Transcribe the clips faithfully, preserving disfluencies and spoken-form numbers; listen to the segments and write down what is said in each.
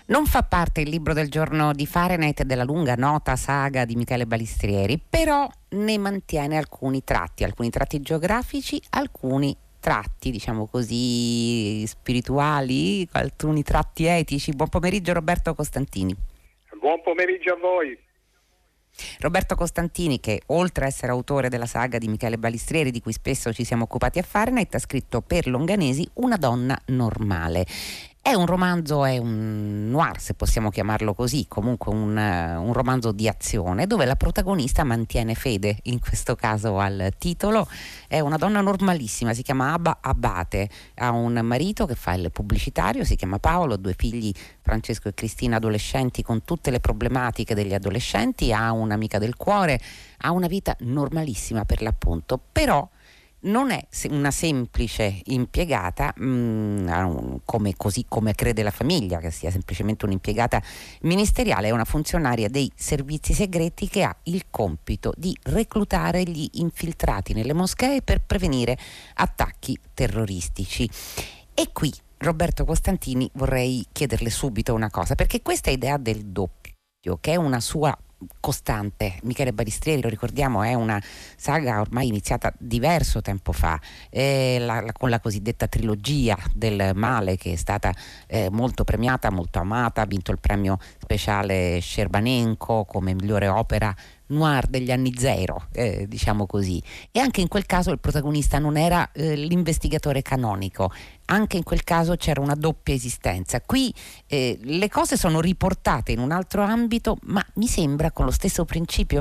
Non fa parte il libro del giorno di Fahrenheit della lunga nota saga di Michele Balistrieri, però ne mantiene alcuni tratti, alcuni tratti geografici, alcuni tratti, diciamo così, spirituali, alcuni tratti etici. Buon pomeriggio Roberto Costantini. Buon pomeriggio a voi. Roberto Costantini, che oltre a essere autore della saga di Michele Balistrieri, di cui spesso ci siamo occupati a Fahrenheit, ha scritto per Longanesi Una donna normale. È un romanzo, è un noir, se possiamo chiamarlo così, comunque un, uh, un romanzo di azione dove la protagonista mantiene fede, in questo caso al titolo. È una donna normalissima, si chiama Aba Abate, ha un marito che fa il pubblicitario, si chiama Paolo, due figli, Francesco e Cristina, adolescenti con tutte le problematiche degli adolescenti, ha un'amica del cuore, ha una vita normalissima per l'appunto, però non è una semplice impiegata, mh, come, così come crede la famiglia, che sia semplicemente un'impiegata ministeriale, è una funzionaria dei servizi segreti che ha il compito di reclutare gli infiltrati nelle moschee per prevenire attacchi terroristici. E qui, Roberto Costantini, vorrei chiederle subito una cosa, perché questa idea del doppio, che è una sua costante, Michele Balistrieri, lo ricordiamo, è una saga ormai iniziata diverso tempo fa, eh, la, la, con la cosiddetta trilogia del male, che è stata eh, molto premiata, molto amata, ha vinto il premio speciale Scerbanenko come migliore opera noir degli anni zero, eh, diciamo così, e anche in quel caso il protagonista non era eh, l'investigatore canonico, anche in quel caso c'era una doppia esistenza. Qui eh, le cose sono riportate in un altro ambito, ma mi sembra con lo stesso principio.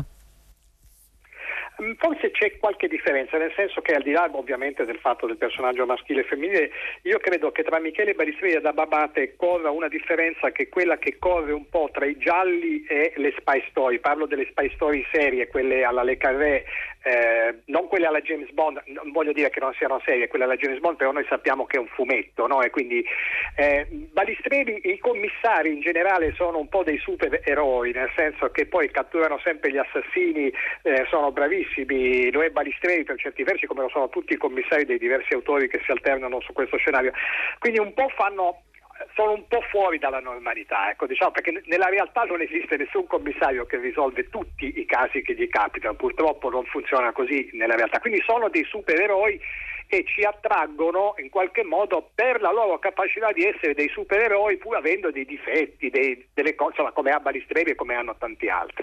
Forse c'è qualche differenza, nel senso che al di là ovviamente del fatto del personaggio maschile e femminile, io credo che tra Michele Balistrieri e Aba Abate corra una differenza che è quella che corre un po' tra i gialli e le spy story. Parlo delle spy story serie, quelle alla Le Carré, eh, non quelle alla James Bond, non voglio dire che non siano serie, quelle alla James Bond, però noi sappiamo che è un fumetto, no? E quindi eh, Balistrieri, i commissari in generale sono un po' dei supereroi, nel senso che poi catturano sempre gli assassini, eh, sono bravissimi. Lo è Balistrieri per certi versi, come lo sono tutti i commissari dei diversi autori che si alternano su questo scenario, quindi un po' fanno sono un po' fuori dalla normalità, ecco, diciamo, perché nella realtà non esiste nessun commissario che risolve tutti i casi che gli capitano, purtroppo non funziona così nella realtà, quindi sono dei supereroi e ci attraggono in qualche modo per la loro capacità di essere dei supereroi pur avendo dei difetti, dei, delle cose, insomma, come ha Balistrieri e come hanno tanti altri.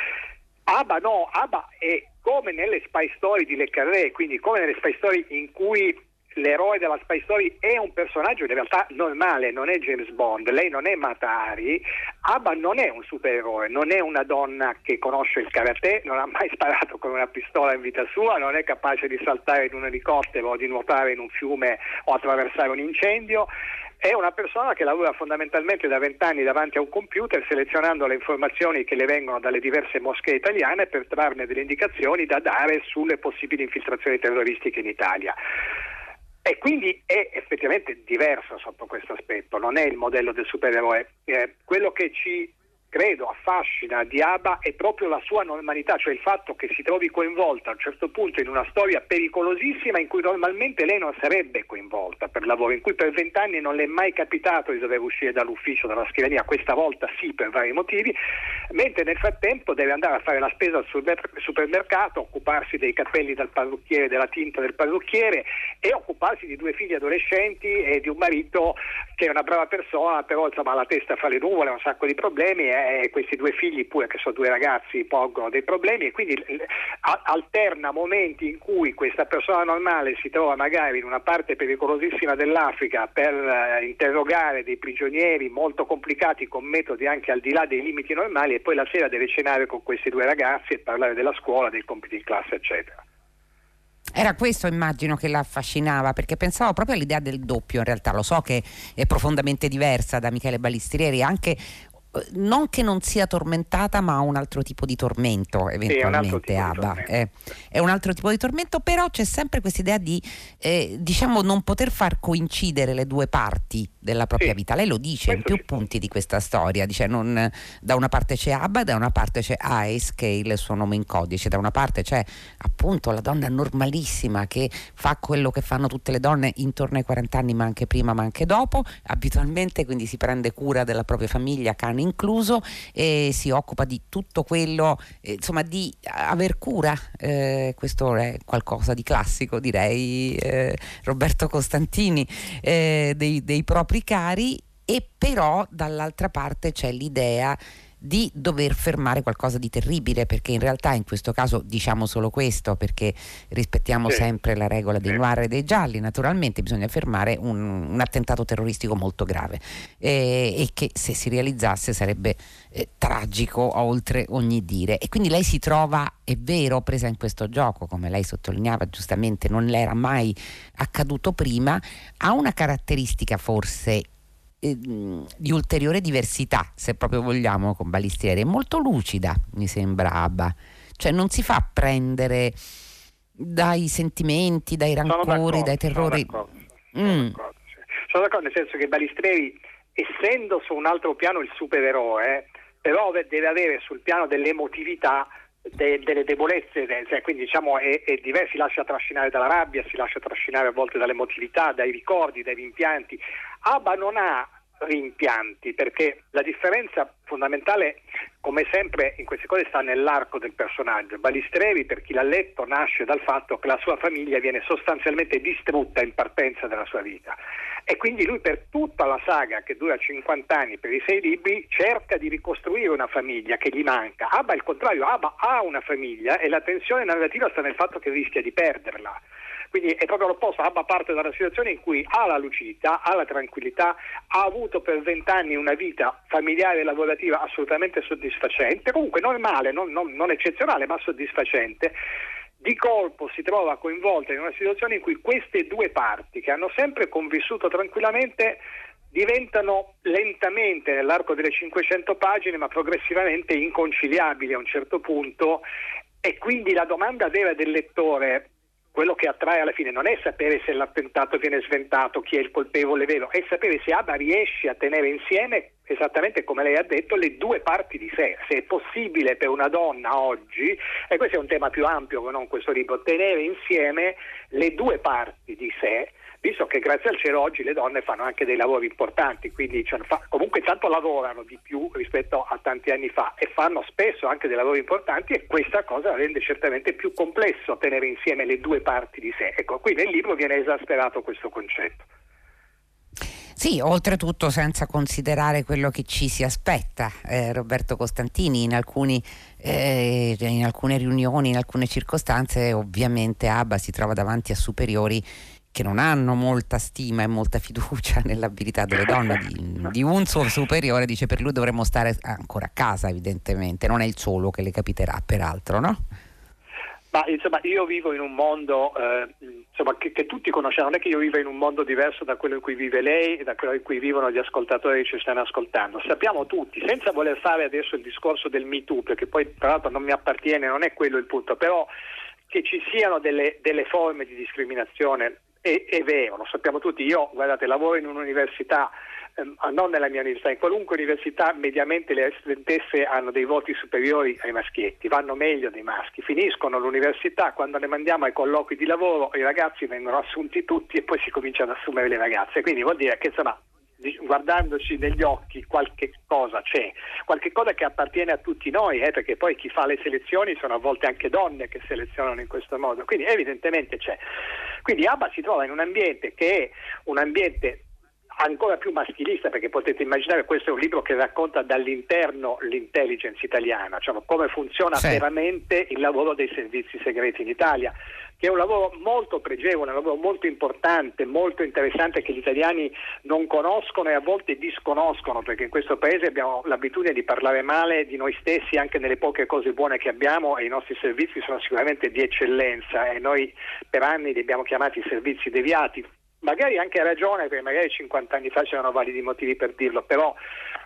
Aba no, Aba è come nelle spy story di Le Carré, quindi come nelle spy story in cui l'eroe della spy story è un personaggio in realtà normale, non è James Bond, lei non è Mata Hari. Aba non è un supereroe, non è una donna che conosce il karate, non ha mai sparato con una pistola in vita sua, non è capace di saltare in un elicottero o di nuotare in un fiume o attraversare un incendio. È una persona che lavora fondamentalmente da vent'anni davanti a un computer selezionando le informazioni che le vengono dalle diverse moschee italiane per trarne delle indicazioni da dare sulle possibili infiltrazioni terroristiche in Italia. E quindi è effettivamente diverso sotto questo aspetto, non è il modello del supereroe. Eh, quello che ci credo affascina di Aba è proprio la sua normalità, cioè il fatto che si trovi coinvolta a un certo punto in una storia pericolosissima in cui normalmente lei non sarebbe coinvolta per lavoro, in cui per vent'anni non le è mai capitato di dover uscire dall'ufficio, dalla scrivania, questa volta sì per vari motivi, mentre nel frattempo deve andare a fare la spesa al supermercato, occuparsi dei capelli del parrucchiere, della tinta del parrucchiere e occuparsi di due figli adolescenti e di un marito che è una brava persona, però insomma la testa fa le nuvole, ha un sacco di problemi e questi due figli pure, che sono due ragazzi, pongono dei problemi e quindi alterna momenti in cui questa persona normale si trova magari in una parte pericolosissima dell'Africa per interrogare dei prigionieri molto complicati con metodi anche al di là dei limiti normali e poi la sera deve cenare con questi due ragazzi e parlare della scuola, dei compiti in classe eccetera. Era questo, immagino, che la affascinava, perché pensavo proprio all'idea del doppio. In realtà lo so che è profondamente diversa da Michele Balistrieri, anche non che non sia tormentata, ma ha un altro tipo di tormento eventualmente. Sì, Abba è, è un altro tipo di tormento, però c'è sempre questa idea di eh, diciamo non poter far coincidere le due parti della propria sì, vita. Lei lo dice in più sì. punti di questa storia, dice non, da una parte c'è Abba, da una parte c'è Ice, che è il suo nome in codice, da una parte c'è appunto la donna normalissima che fa quello che fanno tutte le donne intorno ai quaranta anni, ma anche prima ma anche dopo, abitualmente, quindi si prende cura della propria famiglia, cane incluso, e si occupa di tutto quello, eh, insomma di aver cura, eh, questo è qualcosa di classico, direi, eh, Roberto Costantini, eh, dei, dei propri cari, e però dall'altra parte c'è l'idea di dover fermare qualcosa di terribile, perché in realtà in questo caso diciamo solo questo, perché rispettiamo sì. sempre la regola dei sì. noir e dei gialli, naturalmente bisogna fermare un, un attentato terroristico molto grave, eh, e che se si realizzasse sarebbe eh, tragico oltre ogni dire, e quindi lei si trova, è vero, presa in questo gioco, come lei sottolineava giustamente, non le era mai accaduto prima, ha una caratteristica forse di ulteriore diversità, se proprio vogliamo, con Balistrieri. È molto lucida, mi sembra Abba, cioè non si fa prendere dai sentimenti, dai rancori, dai terrori. Sono d'accordo, sono, mm. d'accordo, sì. sono d'accordo, nel senso che Balistrieri, essendo su un altro piano il supereroe, però deve avere sul piano dell'emotività de, delle debolezze, de, cioè, quindi diciamo è, è diverso, si lascia trascinare dalla rabbia, si lascia trascinare a volte dall'emotività, dai ricordi, dai rimpianti. Abba non ha rimpianti, perché la differenza fondamentale, come sempre in queste cose, sta nell'arco del personaggio. Balistrieri, per chi l'ha letto, nasce dal fatto che la sua famiglia viene sostanzialmente distrutta in partenza della sua vita, e quindi lui per tutta la saga, che dura cinquanta anni per i sei libri, cerca di ricostruire una famiglia che gli manca. Abba è il contrario, Abba ha una famiglia e la tensione narrativa sta nel fatto che rischia di perderla. Quindi è proprio l'opposto. Abba parte da una situazione in cui ha la lucidità, ha la tranquillità, ha avuto per vent'anni una vita familiare e lavorativa assolutamente soddisfacente, comunque normale, non, non, non eccezionale, ma soddisfacente. Di colpo si trova coinvolta in una situazione in cui queste due parti, che hanno sempre convissuto tranquillamente, diventano lentamente, nell'arco delle cinquecento pagine, ma progressivamente inconciliabili a un certo punto, e quindi la domanda vera del lettore, quello che attrae alla fine, non è sapere se l'attentato viene sventato, chi è il colpevole vero, è sapere se Abba riesce a tenere insieme, esattamente come lei ha detto, le due parti di sé. Se è possibile per una donna oggi, e questo è un tema più ampio che non questo libro, tenere insieme le due parti di sé, visto che grazie al cielo oggi le donne fanno anche dei lavori importanti, quindi cioè, fa, comunque tanto lavorano di più rispetto a tanti anni fa, e fanno spesso anche dei lavori importanti, e questa cosa rende certamente più complesso tenere insieme le due parti di sé. Ecco, qui nel libro viene esasperato questo concetto. Sì, oltretutto senza considerare quello che ci si aspetta. eh, Roberto Costantini in, alcuni, eh, in alcune riunioni, in alcune circostanze, ovviamente Abba si trova davanti a superiori che non hanno molta stima e molta fiducia nell'abilità delle donne. Di, di un suo superiore dice: per lui dovremmo stare ancora a casa, evidentemente non è il solo che le capiterà, peraltro, no? Ma insomma, io vivo in un mondo eh, insomma, che, che tutti conosciamo, non è che io vivo in un mondo diverso da quello in cui vive lei e da quello in cui vivono gli ascoltatori che ci stanno ascoltando. Sappiamo tutti, senza voler fare adesso il discorso del Me Too, perché poi tra l'altro non mi appartiene, non è quello il punto, però che ci siano delle, delle forme di discriminazione è, è vero, lo sappiamo tutti. Io, guardate, lavoro in un'università, non nella mia università, in qualunque università mediamente le studentesse hanno dei voti superiori ai maschietti, vanno meglio dei maschi, finiscono l'università, quando le mandiamo ai colloqui di lavoro i ragazzi vengono assunti tutti e poi si cominciano ad assumere le ragazze, quindi vuol dire che insomma, guardandoci negli occhi, qualche cosa c'è, qualche cosa che appartiene a tutti noi, eh, perché poi chi fa le selezioni sono a volte anche donne che selezionano in questo modo, quindi evidentemente c'è. Quindi Abba si trova in un ambiente che è un ambiente ancora più maschilista, perché potete immaginare, questo è un libro che racconta dall'interno l'intelligence italiana, cioè come funziona sì. veramente il lavoro dei servizi segreti in Italia, che è un lavoro molto pregevole, un lavoro molto importante, molto interessante, che gli italiani non conoscono e a volte disconoscono, perché in questo paese abbiamo l'abitudine di parlare male di noi stessi anche nelle poche cose buone che abbiamo, e i nostri servizi sono sicuramente di eccellenza e noi per anni li abbiamo chiamati servizi deviati. Magari anche ha ragione, perché magari cinquanta anni fa c'erano validi motivi per dirlo, però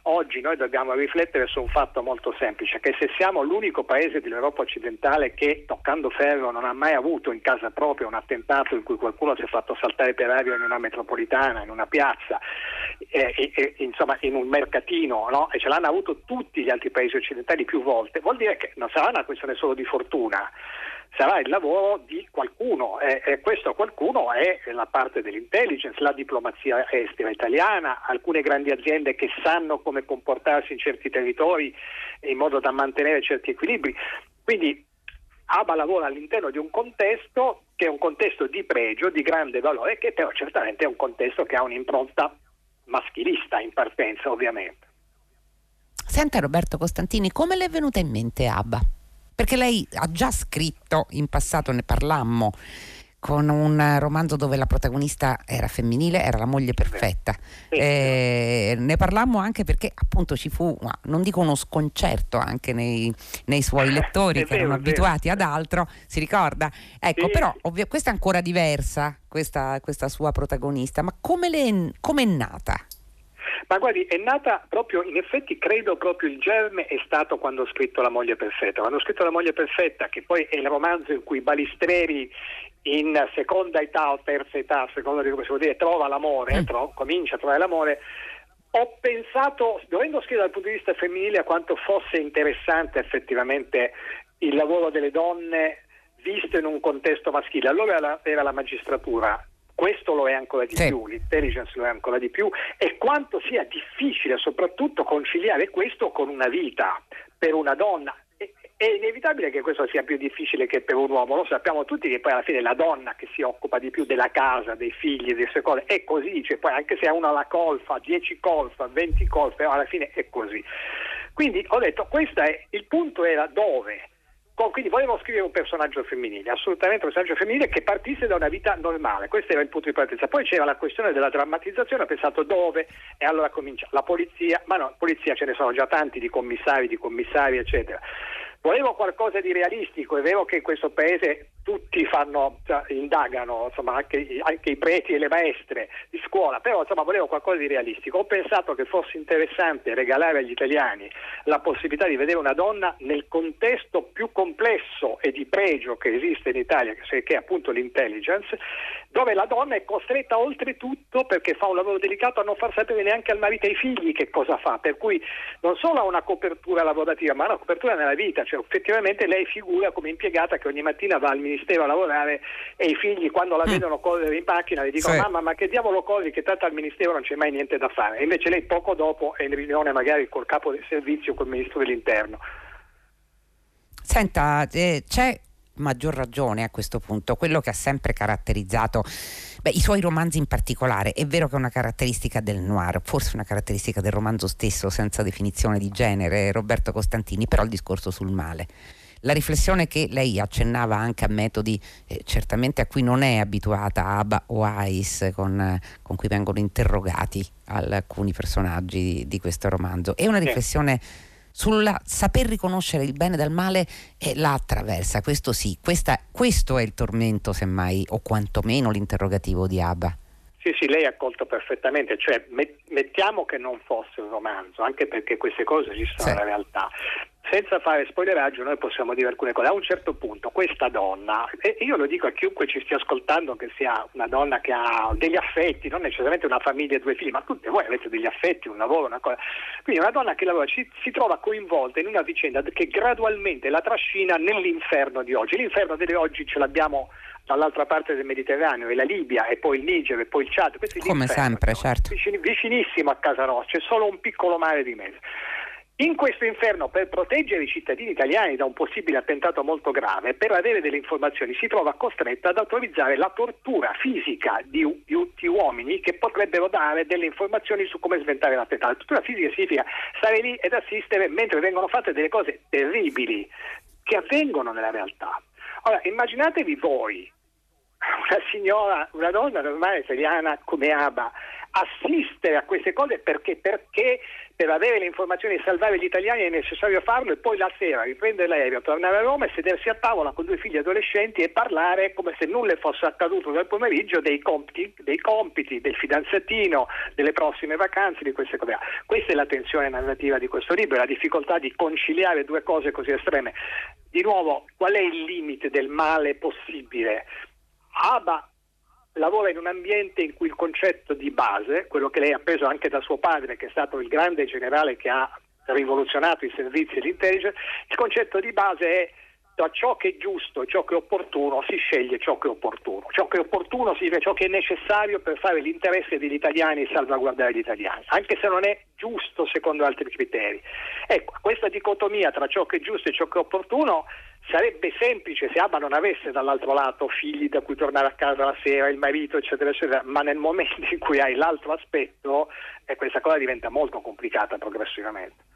oggi noi dobbiamo riflettere su un fatto molto semplice, che se siamo l'unico paese dell'Europa occidentale che, toccando ferro, non ha mai avuto in casa propria un attentato in cui qualcuno si è fatto saltare per aria in una metropolitana, in una piazza, eh, eh, insomma in un mercatino, no? E ce l'hanno avuto tutti gli altri paesi occidentali più volte, vuol dire che non sarà una questione solo di fortuna, sarà il lavoro di qualcuno, e, e questo qualcuno è la parte dell'intelligence, la diplomazia estera italiana, alcune grandi aziende che sanno come comportarsi in certi territori in modo da mantenere certi equilibri. Quindi A B A lavora all'interno di un contesto che è un contesto di pregio, di grande valore, che però certamente è un contesto che ha un'impronta maschilista in partenza, ovviamente. Senta Roberto Costantini, come le è venuta in mente A B A? Perché lei ha già scritto, in passato ne parlammo, con un romanzo dove la protagonista era femminile, era la moglie perfetta. Sì, eh, ne parlammo anche perché appunto ci fu, non dico uno sconcerto anche nei, nei suoi lettori che vero, erano abituati ad altro, si ricorda? Ecco, sì. però ovvio, questa è ancora diversa, questa, questa sua protagonista, ma come le, come è nata? Ma guardi, è nata proprio, in effetti credo proprio il germe è stato quando ho scritto La moglie perfetta. Quando ho scritto La moglie perfetta, che poi è il romanzo in cui Balistreri in seconda età o terza età, a seconda di come si vuol dire, trova l'amore, mm. tro- comincia a trovare l'amore, ho pensato, dovendo scrivere dal punto di vista femminile, a quanto fosse interessante effettivamente il lavoro delle donne visto in un contesto maschile. Allora era, era la magistratura. Questo lo è ancora di sì. più, l'intelligence lo è ancora di più, e quanto sia difficile soprattutto conciliare questo con una vita per una donna. È inevitabile che questo sia più difficile che per un uomo, lo sappiamo tutti che poi alla fine è la donna che si occupa di più della casa, dei figli, delle sue cose, è così, cioè poi anche se uno ha la colfa, dieci colfa, venti colfe, alla fine è così. Quindi ho detto, questo è, il punto era dove. Quindi volevo scrivere un personaggio femminile, assolutamente un personaggio femminile che partisse da una vita normale, questo era il punto di partenza. Poi c'era la questione della drammatizzazione, ho pensato dove, e allora comincia la polizia, ma no, polizia ce ne sono già tanti di commissari, di commissari eccetera. Volevo qualcosa di realistico, è vero che in questo paese tutti fanno, cioè, indagano, insomma anche, anche i preti e le maestre di scuola, però insomma volevo qualcosa di realistico. Ho pensato che fosse interessante regalare agli italiani la possibilità di vedere una donna nel contesto più complesso e di pregio che esiste in Italia, che è appunto l'intelligence, dove la donna è costretta oltretutto, perché fa un lavoro delicato, a non far sapere neanche al marito e ai figli che cosa fa, per cui non solo ha una copertura lavorativa, ma ha una copertura nella vita, cioè effettivamente lei figura come impiegata che ogni mattina va al ministero a lavorare e i figli quando la vedono correre in macchina le dicono sì. mamma ma che diavolo corri, che tanto al ministero non c'è mai niente da fare, e invece lei poco dopo è in riunione magari col capo del servizio, col ministro dell'interno. Senta, eh, c'è maggior ragione a questo punto quello che ha sempre caratterizzato beh, i suoi romanzi in particolare. È vero che è una caratteristica del noir, forse una caratteristica del romanzo stesso senza definizione di genere, Roberto Costantini, però il discorso sul male, la riflessione che lei accennava anche a metodi eh, certamente a cui non è abituata A B A o A I S, con, eh, con cui vengono interrogati alcuni personaggi di, di questo romanzo, è una riflessione sul saper riconoscere il bene dal male, e la attraversa, questo sì, questa, questo è il tormento semmai, o quantomeno l'interrogativo di A B A. Sì, sì, lei ha colto perfettamente, cioè mettiamo che non fosse un romanzo, anche perché queste cose esistono sì. nella realtà. Senza fare spoileraggio noi possiamo dire alcune cose. A un certo punto questa donna, e io lo dico a chiunque ci stia ascoltando, che sia una donna che ha degli affetti, non necessariamente una famiglia e due figli, ma tutti voi avete degli affetti, un lavoro, una cosa. Quindi una donna che lavora ci, si trova coinvolta in una vicenda che gradualmente la trascina nell'inferno di oggi. L'inferno di oggi ce l'abbiamo dall'altra parte del Mediterraneo, è la Libia, e poi il Niger, e poi il Chad. Come sempre, certo. Vicin, vicinissimo a casa nostra, c'è solo un piccolo mare di mezzo. In questo inferno, per proteggere i cittadini italiani da un possibile attentato molto grave, per avere delle informazioni si trova costretta ad autorizzare la tortura fisica di, di, di uomini che potrebbero dare delle informazioni su come sventare l'attentato. La tortura fisica significa stare lì ed assistere mentre vengono fatte delle cose terribili che avvengono nella realtà. Ora, immaginatevi voi, una signora, una donna normale italiana come A B A, assistere a queste cose perché, perché per avere le informazioni e salvare gli italiani è necessario farlo, e poi la sera riprendere l'aereo, tornare a Roma e sedersi a tavola con due figli adolescenti e parlare come se nulla fosse accaduto nel pomeriggio dei compiti, dei compiti, del fidanzatino, delle prossime vacanze, di queste cose. Questa è la tensione narrativa di questo libro, la difficoltà di conciliare due cose così estreme. Di nuovo, qual è il limite del male possibile? Abba lavora in un ambiente in cui il concetto di base, quello che lei ha preso anche da suo padre, che è stato il grande generale che ha rivoluzionato i servizi e l'intelligence, il concetto di base è: da ciò che è giusto e ciò che è opportuno si sceglie ciò che è opportuno. Ciò che è opportuno significa ciò che è necessario per fare l'interesse degli italiani e salvaguardare gli italiani, anche se non è giusto secondo altri criteri. Ecco, questa dicotomia tra ciò che è giusto e ciò che è opportuno sarebbe semplice se Abba non avesse dall'altro lato figli da cui tornare a casa la sera, il marito, eccetera, eccetera, ma nel momento in cui hai l'altro aspetto, eh, questa cosa diventa molto complicata progressivamente.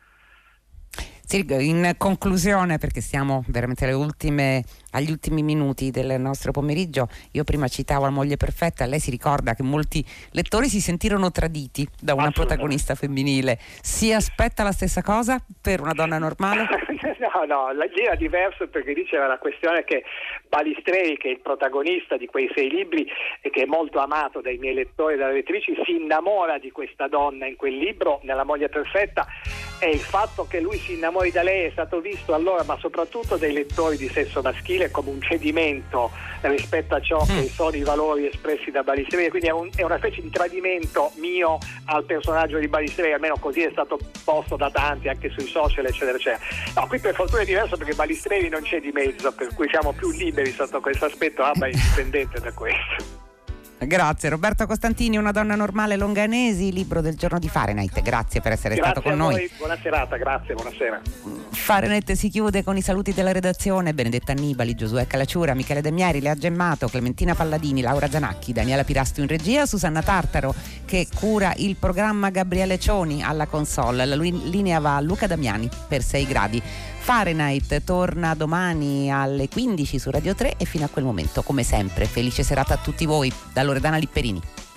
Sì, in conclusione, perché siamo veramente alle ultime, agli ultimi minuti del nostro pomeriggio, io prima citavo La moglie perfetta, lei si ricorda che molti lettori si sentirono traditi da una protagonista femminile. Si aspetta la stessa cosa per una donna normale? No, no, lì era diverso, perché lì c'era la questione che Balistreri, che è il protagonista di quei sei libri e che è molto amato dai miei lettori e dalle lettrici, si innamora di questa donna in quel libro, nella moglie perfetta, e il fatto che lui si innamori da lei è stato visto allora, ma soprattutto dai lettori di sesso maschile, come un cedimento rispetto a ciò che sono i valori espressi da Balistreri, quindi è, un, è una specie di tradimento mio al personaggio di Balistreri, almeno così è stato posto da tanti anche sui social, eccetera, eccetera. No, qui per fortuna è diverso, perché Balistreri non c'è di mezzo, per cui siamo più liberi sotto questo aspetto. Abba è indipendente da questo. Grazie. Roberto Costantini, Una donna normale, Longanesi, libro del giorno di Fahrenheit. Grazie per essere grazie stato con a voi. noi. Buona serata, grazie, buonasera. Fahrenheit si chiude con i saluti della redazione: Benedetta Annibali, Giosuè Calacciura, Michele Demieri, Lea Gemmato, Clementina Palladini, Laura Zanacchi, Daniela Pirasto in regia, Susanna Tartaro che cura il programma, Gabriele Cioni alla console. La linea va a Luca Damiani per sei gradi. Fahrenheit torna domani alle quindici su Radio tre, e fino a quel momento, come sempre, felice serata a tutti voi da Loredana Lipperini.